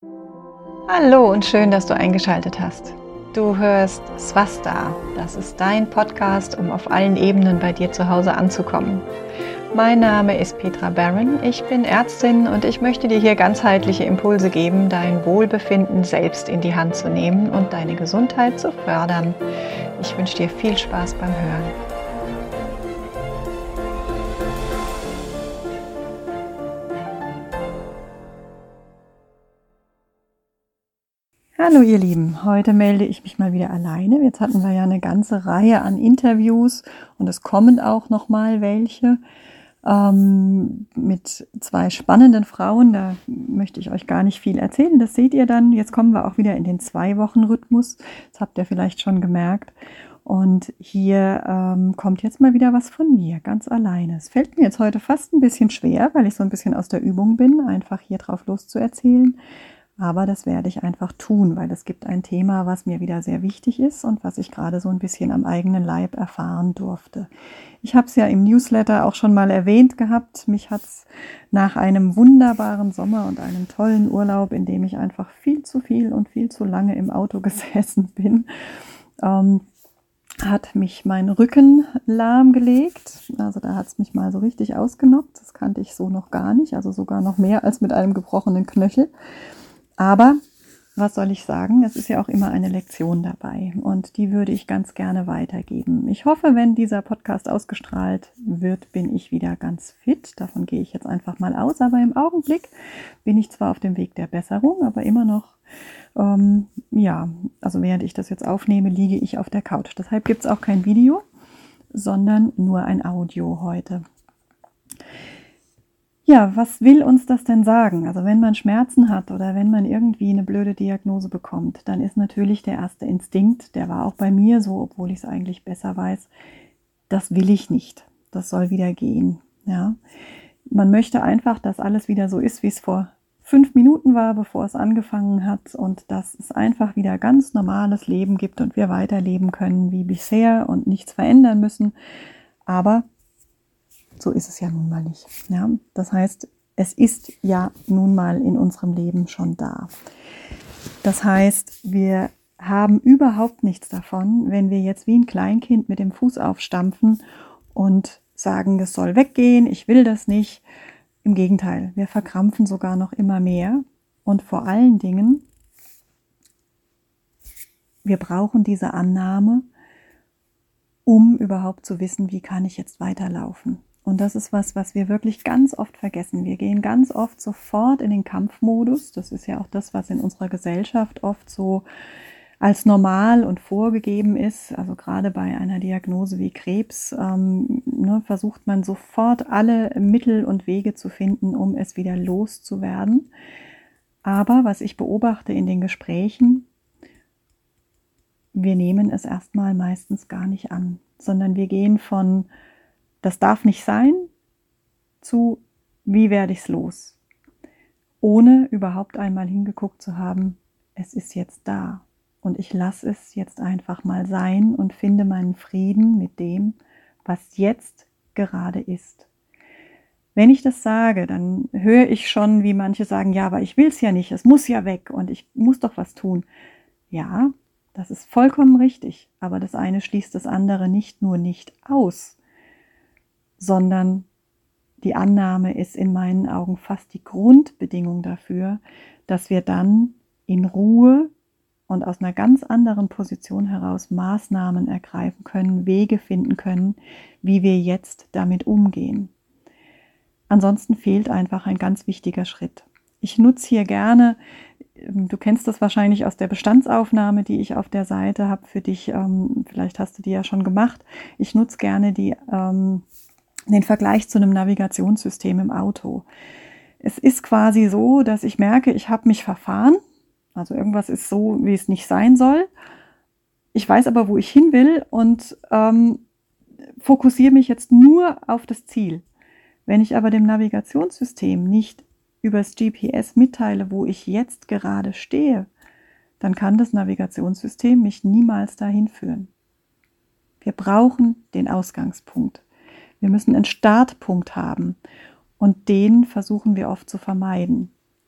Hallo und schön, dass du eingeschaltet hast. Du hörst Swastika. Das ist dein Podcast, um auf allen Ebenen bei dir zu Hause anzukommen. Mein Name ist Petra Barron, ich bin Ärztin und ich möchte dir hier ganzheitliche Impulse geben, dein Wohlbefinden selbst in die Hand zu nehmen und deine Gesundheit zu fördern. Ich wünsche dir viel Spaß beim Hören. Hallo ihr Lieben, heute melde ich mich mal wieder alleine. Jetzt hatten wir ja eine ganze Reihe an Interviews und es kommen auch noch mal welche mit zwei spannenden Frauen. Da möchte ich euch gar nicht viel erzählen, das seht ihr dann. Jetzt kommen wir auch wieder in den 2-Wochen-Rhythmus, das habt ihr vielleicht schon gemerkt. Und hier kommt jetzt mal wieder was von mir, ganz alleine. Es fällt mir jetzt heute fast ein bisschen schwer, weil ich so ein bisschen aus der Übung bin, einfach hier drauf loszuerzählen. Aber das werde ich einfach tun, weil es gibt ein Thema, was mir wieder sehr wichtig ist und was ich gerade so ein bisschen am eigenen Leib erfahren durfte. Ich habe es ja im Newsletter auch schon mal erwähnt gehabt. Mich hat es nach einem wunderbaren Sommer und einem tollen Urlaub, in dem ich einfach viel zu viel und viel zu lange im Auto gesessen bin, hat mich mein Rücken lahmgelegt. Also da hat es mich mal so richtig ausgenockt. Das kannte ich so noch gar nicht, also sogar noch mehr als mit einem gebrochenen Knöchel. Aber was soll ich sagen? Es ist ja auch immer eine Lektion dabei und die würde ich ganz gerne weitergeben. Ich hoffe, wenn dieser Podcast ausgestrahlt wird, bin ich wieder ganz fit. Davon gehe ich jetzt einfach mal aus. Aber im Augenblick bin ich zwar auf dem Weg der Besserung, aber immer noch, also während ich das jetzt aufnehme, liege ich auf der Couch. Deshalb gibt es auch kein Video, sondern nur ein Audio heute. Ja, was will uns das denn sagen? Also wenn man Schmerzen hat oder wenn man irgendwie eine blöde Diagnose bekommt, dann ist natürlich der erste Instinkt, der war auch bei mir so, obwohl ich es eigentlich besser weiß, das will ich nicht. Das soll wieder gehen. Ja? Man möchte einfach, dass alles wieder so ist, wie es vor 5 Minuten war, bevor es angefangen hat und dass es einfach wieder ganz normales Leben gibt und wir weiterleben können wie bisher und nichts verändern müssen. Aber so ist es ja nun mal nicht. Ja? Das heißt, es ist ja nun mal in unserem Leben schon da. Das heißt, wir haben überhaupt nichts davon, wenn wir jetzt wie ein Kleinkind mit dem Fuß aufstampfen und sagen, es soll weggehen, ich will das nicht. Im Gegenteil, wir verkrampfen sogar noch immer mehr. Und vor allen Dingen, wir brauchen diese Annahme, um überhaupt zu wissen, wie kann ich jetzt weiterlaufen. Und das ist was wir wirklich ganz oft vergessen. Wir gehen ganz oft sofort in den Kampfmodus. Das ist ja auch das, was in unserer Gesellschaft oft so als normal und vorgegeben ist. Also gerade bei einer Diagnose wie Krebs versucht man sofort alle Mittel und Wege zu finden, um es wieder loszuwerden. Aber was ich beobachte in den Gesprächen, wir nehmen es erstmal meistens gar nicht an, sondern wir gehen von das darf nicht sein, zu wie werde ich es los? Ohne überhaupt einmal hingeguckt zu haben, es ist jetzt da und ich lasse es jetzt einfach mal sein und finde meinen Frieden mit dem, was jetzt gerade ist. Wenn ich das sage, dann höre ich schon, wie manche sagen, ja, aber ich will es ja nicht, es muss ja weg und ich muss doch was tun. Ja, das ist vollkommen richtig, aber das eine schließt das andere nicht nur nicht aus, sondern die Annahme ist in meinen Augen fast die Grundbedingung dafür, dass wir dann in Ruhe und aus einer ganz anderen Position heraus Maßnahmen ergreifen können, Wege finden können, wie wir jetzt damit umgehen. Ansonsten fehlt einfach ein ganz wichtiger Schritt. Ich nutze hier gerne, du kennst das wahrscheinlich aus der Bestandsaufnahme, die ich auf der Seite habe für dich, vielleicht hast du die ja schon gemacht. Ich nutze gerne den Vergleich zu einem Navigationssystem im Auto. Es ist quasi so, dass ich merke, ich habe mich verfahren, also irgendwas ist so, wie es nicht sein soll. Ich weiß aber, wo ich hin will und fokussiere mich jetzt nur auf das Ziel. Wenn ich aber dem Navigationssystem nicht übers GPS mitteile, wo ich jetzt gerade stehe, dann kann das Navigationssystem mich niemals dahin führen. Wir brauchen den Ausgangspunkt. Wir müssen einen Startpunkt haben und den versuchen wir oft zu vermeiden.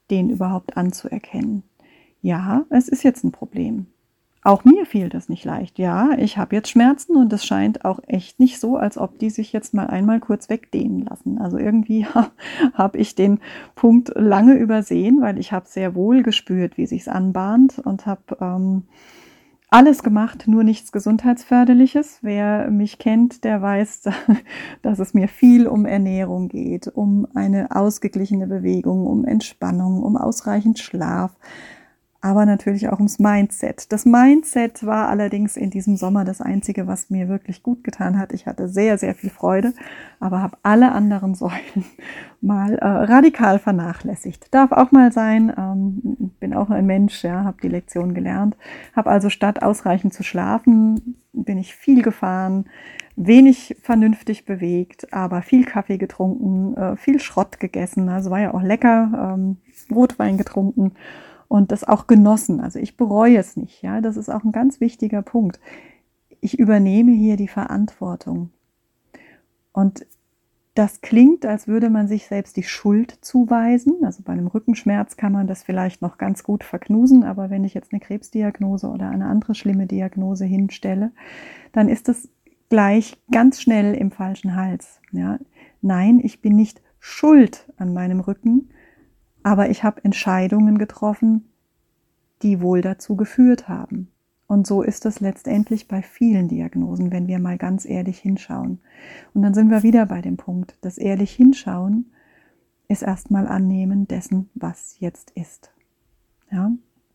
den überhaupt anzuerkennen. Ja, es ist jetzt ein Problem. Auch mir fiel das nicht leicht. Ja, ich habe jetzt Schmerzen und es scheint auch echt nicht so, als ob die sich jetzt mal einmal kurz wegdehnen lassen. Also irgendwie habe ich den Punkt lange übersehen, weil ich habe sehr wohl gespürt, wie sich's anbahnt und habe alles gemacht, nur nichts Gesundheitsförderliches. Wer mich kennt, der weiß, dass es mir viel um Ernährung geht, um eine ausgeglichene Bewegung, um Entspannung, um ausreichend Schlaf, aber natürlich auch ums Mindset. Das Mindset war allerdings in diesem Sommer das Einzige, was mir wirklich gut getan hat. Ich hatte sehr, sehr viel Freude, aber habe alle anderen Säulen mal radikal vernachlässigt. Darf auch mal sein, bin auch ein Mensch, ja, habe die Lektion gelernt, habe also statt ausreichend zu schlafen, bin ich viel gefahren, wenig vernünftig bewegt, aber viel Kaffee getrunken, viel Schrott gegessen, also war ja auch lecker, Rotwein getrunken und das auch genossen. Also ich bereue es nicht, ja, das ist auch ein ganz wichtiger Punkt. Ich übernehme hier die Verantwortung und das klingt, als würde man sich selbst die Schuld zuweisen. Also bei einem Rückenschmerz kann man das vielleicht noch ganz gut verknusen, aber wenn ich jetzt eine Krebsdiagnose oder eine andere schlimme Diagnose hinstelle, dann ist das gleich ganz schnell im falschen Hals. Ja? Nein, ich bin nicht schuld an meinem Rücken, aber ich habe Entscheidungen getroffen, die wohl dazu geführt haben. Und so ist es letztendlich bei vielen Diagnosen, wenn wir mal ganz ehrlich hinschauen. Und dann sind wir wieder bei dem Punkt, das ehrlich hinschauen ist erstmal Annehmen dessen, was jetzt ist. Ja?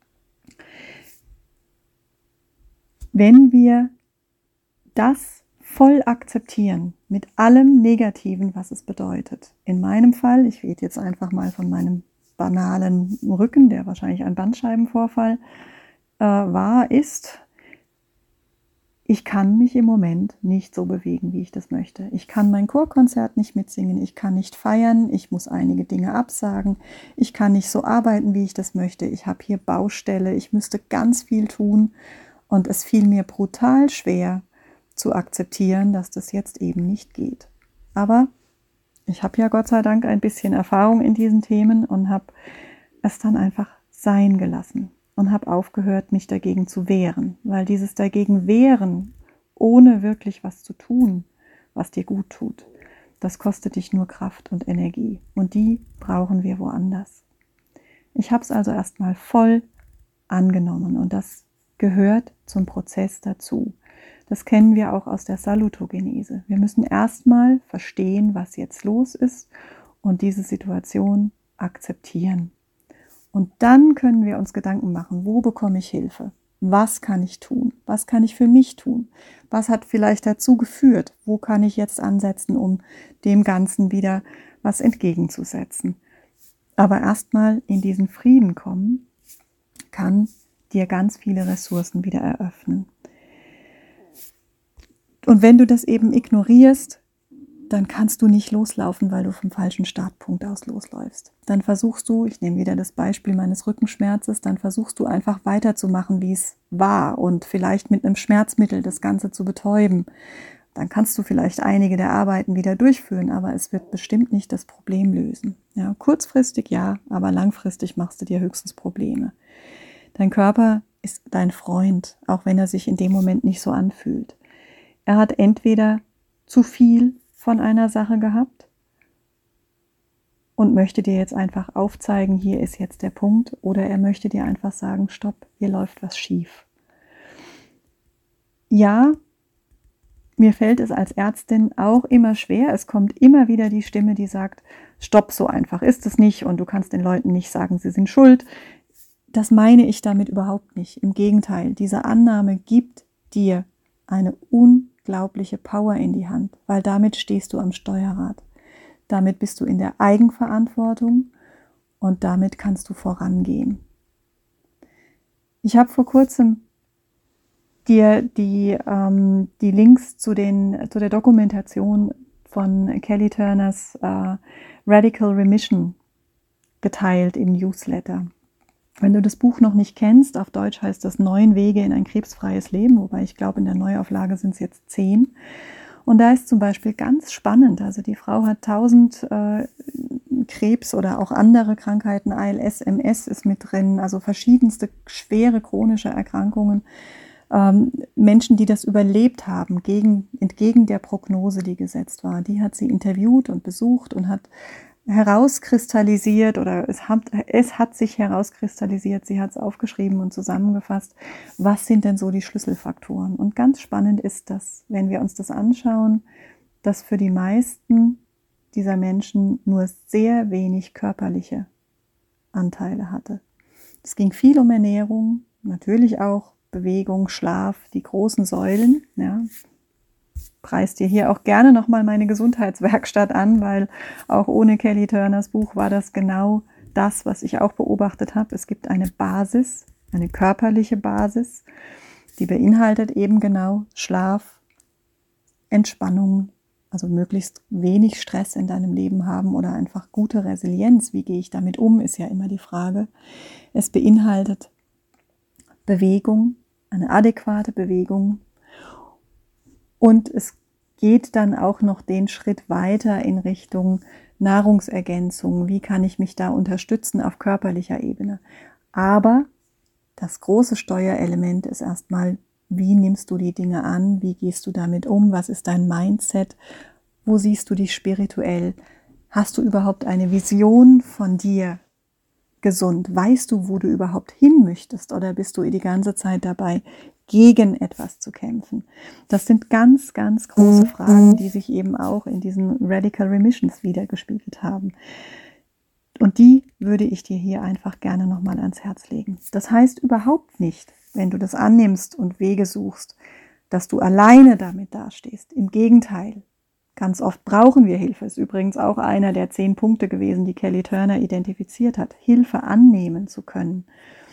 Wenn wir das voll akzeptieren, mit allem Negativen, was es bedeutet. In meinem Fall, ich rede jetzt einfach mal von meinem banalen Rücken, der wahrscheinlich ein Bandscheibenvorfall ist, ich kann mich im Moment nicht so bewegen, wie ich das möchte. Ich kann mein Chorkonzert nicht mitsingen, ich kann nicht feiern, ich muss einige Dinge absagen, ich kann nicht so arbeiten, wie ich das möchte. Ich habe hier Baustelle, ich müsste ganz viel tun und es fiel mir brutal schwer zu akzeptieren, dass das jetzt eben nicht geht. Aber ich habe ja Gott sei Dank ein bisschen Erfahrung in diesen Themen und habe es dann einfach sein gelassen und habe aufgehört, mich dagegen zu wehren, weil dieses dagegen wehren, ohne wirklich was zu tun, was dir gut tut, das kostet dich nur Kraft und Energie und die brauchen wir woanders. Ich habe es also erstmal voll angenommen und das gehört zum Prozess dazu. Das kennen wir auch aus der Salutogenese. Wir müssen erstmal verstehen, was jetzt los ist und diese Situation akzeptieren. Und dann können wir uns Gedanken machen, wo bekomme ich Hilfe? Was kann ich tun? Was kann ich für mich tun? Was hat vielleicht dazu geführt? Wo kann ich jetzt ansetzen, um dem Ganzen wieder was entgegenzusetzen? Aber erstmal in diesen Frieden kommen, kann dir ganz viele Ressourcen wieder eröffnen. Und wenn du das eben ignorierst, dann kannst du nicht loslaufen, weil du vom falschen Startpunkt aus losläufst. Dann versuchst du, ich nehme wieder das Beispiel meines Rückenschmerzes, dann versuchst du einfach weiterzumachen, wie es war und vielleicht mit einem Schmerzmittel das Ganze zu betäuben. Dann kannst du vielleicht einige der Arbeiten wieder durchführen, aber es wird bestimmt nicht das Problem lösen. Ja, kurzfristig ja, aber langfristig machst du dir höchstens Probleme. Dein Körper ist dein Freund, auch wenn er sich in dem Moment nicht so anfühlt. Er hat entweder zu viel von einer Sache gehabt und möchte dir jetzt einfach aufzeigen, hier ist jetzt der Punkt, oder er möchte dir einfach sagen, stopp, hier läuft was schief. Ja, mir fällt es als Ärztin auch immer schwer, es kommt immer wieder die Stimme, die sagt, stopp, so einfach ist es nicht und du kannst den Leuten nicht sagen, sie sind schuld. Das meine ich damit überhaupt nicht. Im Gegenteil, diese Annahme gibt dir eine unglaubliche Power in die Hand, weil damit stehst du am Steuerrad. Damit bist du in der Eigenverantwortung und damit kannst du vorangehen. Ich habe vor kurzem dir die Links zu der Dokumentation von Kelly Turners Radical Remission geteilt im Newsletter. Wenn du das Buch noch nicht kennst, auf Deutsch heißt das 9 Wege in ein krebsfreies Leben, wobei ich glaube, in der Neuauflage sind es jetzt 10. Und da ist zum Beispiel ganz spannend, also die Frau hat 1000 Krebs oder auch andere Krankheiten, ALS, MS ist mit drin, also verschiedenste schwere chronische Erkrankungen. Menschen, die das überlebt haben, entgegen der Prognose, die gesetzt war, die hat sie interviewt und besucht und hat herauskristallisiert oder es hat sich herauskristallisiert, sie hat es aufgeschrieben und zusammengefasst, was sind denn so die Schlüsselfaktoren. Und ganz spannend ist das, wenn wir uns das anschauen, dass für die meisten dieser Menschen nur sehr wenig körperliche Anteile hatte. Es ging viel um Ernährung, natürlich auch Bewegung, Schlaf, die großen Säulen. Ja. Preis dir hier auch gerne nochmal meine Gesundheitswerkstatt an, weil auch ohne Kelly Turners Buch war das genau das, was ich auch beobachtet habe. Es gibt eine Basis, eine körperliche Basis, die beinhaltet eben genau Schlaf, Entspannung, also möglichst wenig Stress in deinem Leben haben oder einfach gute Resilienz. Wie gehe ich damit um, ist ja immer die Frage. Es beinhaltet Bewegung, eine adäquate Bewegung. Und es geht dann auch noch den Schritt weiter in Richtung Nahrungsergänzung. Wie kann ich mich da unterstützen auf körperlicher Ebene? Aber das große Steuerelement ist erstmal, wie nimmst du die Dinge an? Wie gehst du damit um? Was ist dein Mindset? Wo siehst du dich spirituell? Hast du überhaupt eine Vision von dir gesund? Weißt du, wo du überhaupt hin möchtest? Oder bist du die ganze Zeit dabei, gegen etwas zu kämpfen? Das sind ganz, ganz große Fragen, die sich eben auch in diesen Radical Remissions wiedergespiegelt haben. Und die würde ich dir hier einfach gerne nochmal ans Herz legen. Das heißt überhaupt nicht, wenn du das annimmst und Wege suchst, dass du alleine damit dastehst. Im Gegenteil, ganz oft brauchen wir Hilfe. Ist übrigens auch einer der 10 Punkte gewesen, die Kelly Turner identifiziert hat, Hilfe annehmen zu können.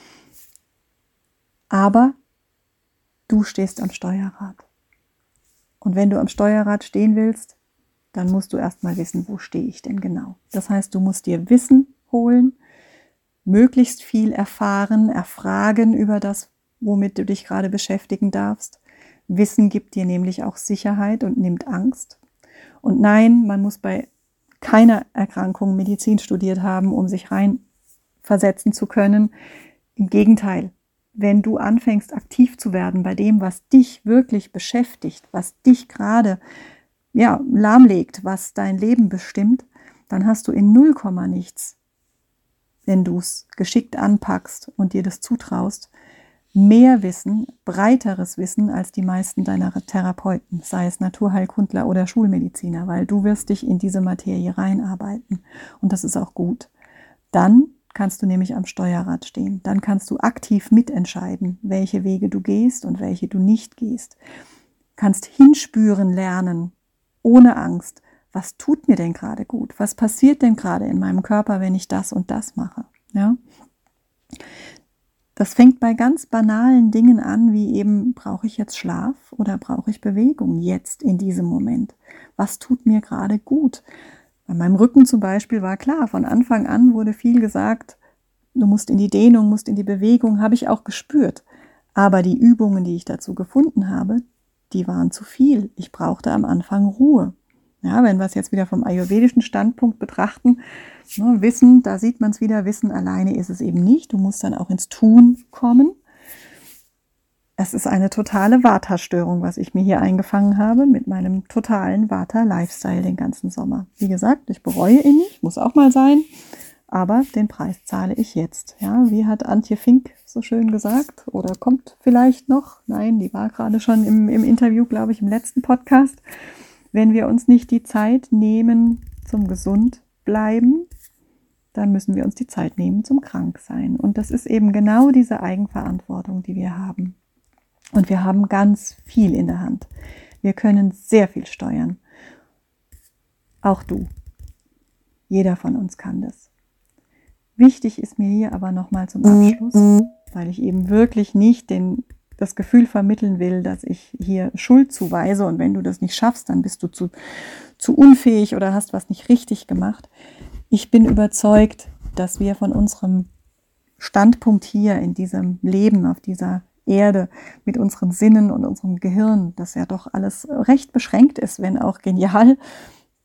Aber du stehst am Steuerrad. Und wenn du am Steuerrad stehen willst, dann musst du erstmal wissen, wo stehe ich denn genau. Das heißt, du musst dir Wissen holen, möglichst viel erfragen über das, womit du dich gerade beschäftigen darfst. Wissen gibt dir nämlich auch Sicherheit und nimmt Angst. Und nein, man muss bei keiner Erkrankung Medizin studiert haben, um sich reinversetzen zu können. Im Gegenteil, wenn du anfängst, aktiv zu werden bei dem, was dich wirklich beschäftigt, was dich gerade lahmlegt, was dein Leben bestimmt, dann hast du in 0, nichts, wenn du es geschickt anpackst und dir das zutraust, mehr Wissen, breiteres Wissen als die meisten deiner Therapeuten, sei es Naturheilkundler oder Schulmediziner, weil du wirst dich in diese Materie reinarbeiten und das ist auch gut. Dann kannst du nämlich am Steuerrad stehen. Dann kannst du aktiv mitentscheiden, welche Wege du gehst und welche du nicht gehst. Kannst hinspüren lernen, ohne Angst. Was tut mir denn gerade gut? Was passiert denn gerade in meinem Körper, wenn ich das und das mache? Ja? Das fängt bei ganz banalen Dingen an, wie eben, brauche ich jetzt Schlaf oder brauche ich Bewegung jetzt in diesem Moment? Was tut mir gerade gut? Bei meinem Rücken zum Beispiel war klar, von Anfang an wurde viel gesagt, du musst in die Dehnung, musst in die Bewegung, habe ich auch gespürt. Aber die Übungen, die ich dazu gefunden habe, die waren zu viel. Ich brauchte am Anfang Ruhe. Ja, wenn wir es jetzt wieder vom ayurvedischen Standpunkt betrachten, Wissen, da sieht man es wieder, Wissen alleine ist es eben nicht. Du musst dann auch ins Tun kommen. Es ist eine totale Vata-Störung, was ich mir hier eingefangen habe mit meinem totalen Vata-Lifestyle den ganzen Sommer. Wie gesagt, ich bereue ihn nicht, muss auch mal sein, aber den Preis zahle ich jetzt. Ja, wie hat Antje Fink so schön gesagt oder kommt vielleicht noch? Nein, die war gerade schon im Interview, glaube ich, im letzten Podcast. Wenn wir uns nicht die Zeit nehmen zum Gesundbleiben, dann müssen wir uns die Zeit nehmen zum Kranksein. Und das ist eben genau diese Eigenverantwortung, die wir haben. Und wir haben ganz viel in der Hand. Wir können sehr viel steuern. Auch du. Jeder von uns kann das. Wichtig ist mir hier aber nochmal zum Abschluss, weil ich eben wirklich nicht das Gefühl vermitteln will, dass ich hier Schuld zuweise und wenn du das nicht schaffst, dann bist du zu unfähig oder hast was nicht richtig gemacht. Ich bin überzeugt, dass wir von unserem Standpunkt hier in diesem Leben auf dieser Erde mit unseren Sinnen und unserem Gehirn, das ja doch alles recht beschränkt ist, wenn auch genial,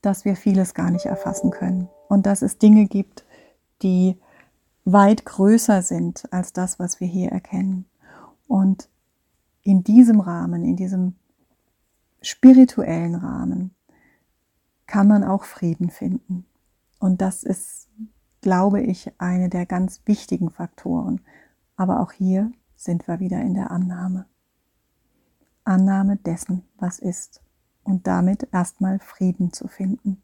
dass wir vieles gar nicht erfassen können und dass es Dinge gibt, die weit größer sind als das, was wir hier erkennen. Und in diesem Rahmen, in diesem spirituellen Rahmen, kann man auch Frieden finden. Und das ist, glaube ich, eine der ganz wichtigen Faktoren. Aber auch hier sind wir wieder in der Annahme. Annahme dessen, was ist. Und damit erstmal Frieden zu finden.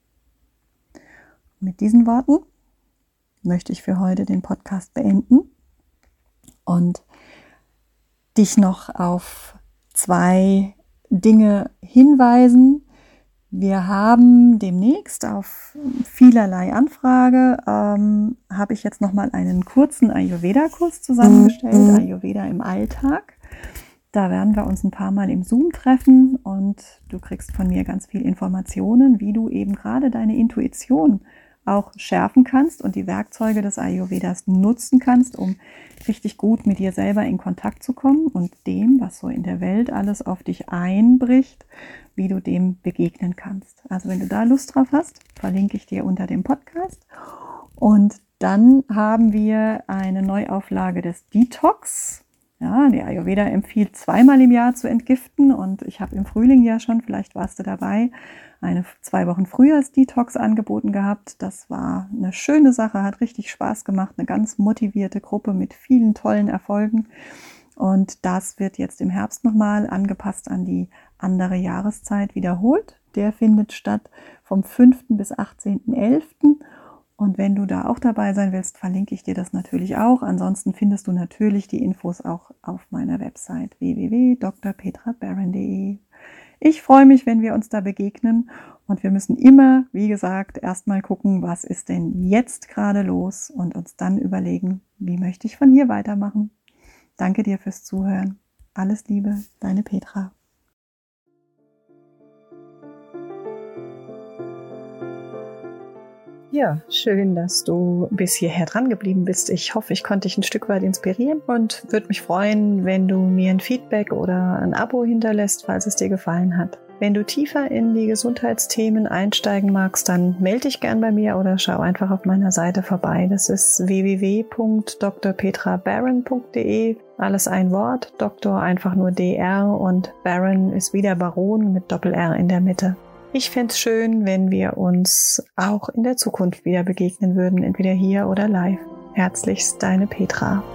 Mit diesen Worten möchte ich für heute den Podcast beenden und dich noch auf 2 Dinge hinweisen. Wir haben demnächst auf vielerlei Anfrage, habe ich jetzt nochmal einen kurzen Ayurveda-Kurs zusammengestellt, Ayurveda im Alltag. Da werden wir uns ein paar Mal im Zoom treffen und du kriegst von mir ganz viel Informationen, wie du eben gerade deine Intuition auch schärfen kannst und die Werkzeuge des Ayurvedas nutzen kannst, um richtig gut mit dir selber in Kontakt zu kommen und dem, was so in der Welt alles auf dich einbricht, wie du dem begegnen kannst. Also wenn du da Lust drauf hast, verlinke ich dir unter dem Podcast. Und dann haben wir eine Neuauflage des Detox. Ja, die Ayurveda empfiehlt 2-mal im Jahr zu entgiften und ich habe im Frühling ja schon, vielleicht warst du dabei, eine 2 Wochen Frühjahrs-Detox angeboten gehabt. Das war eine schöne Sache, hat richtig Spaß gemacht, eine ganz motivierte Gruppe mit vielen tollen Erfolgen. Und das wird jetzt im Herbst nochmal angepasst an die andere Jahreszeit wiederholt. Der findet statt vom 5. bis 18.11. Und wenn du da auch dabei sein willst, verlinke ich dir das natürlich auch. Ansonsten findest du natürlich die Infos auch auf meiner Website www.drpetrabarron.de. Ich freue mich, wenn wir uns da begegnen und wir müssen immer, wie gesagt, erstmal gucken, was ist denn jetzt gerade los und uns dann überlegen, wie möchte ich von hier weitermachen. Danke dir fürs Zuhören. Alles Liebe, deine Petra. Ja, schön, dass du bis hierher dran geblieben bist. Ich hoffe, ich konnte dich ein Stück weit inspirieren und würde mich freuen, wenn du mir ein Feedback oder ein Abo hinterlässt, falls es dir gefallen hat. Wenn du tiefer in die Gesundheitsthemen einsteigen magst, dann melde dich gern bei mir oder schau einfach auf meiner Seite vorbei. Das ist www.drpetrabarron.de. Alles ein Wort, Doktor einfach nur DR und Barron ist wieder Baron mit Doppel-R in der Mitte. Ich fände es schön, wenn wir uns auch in der Zukunft wieder begegnen würden, entweder hier oder live. Herzlichst, deine Petra.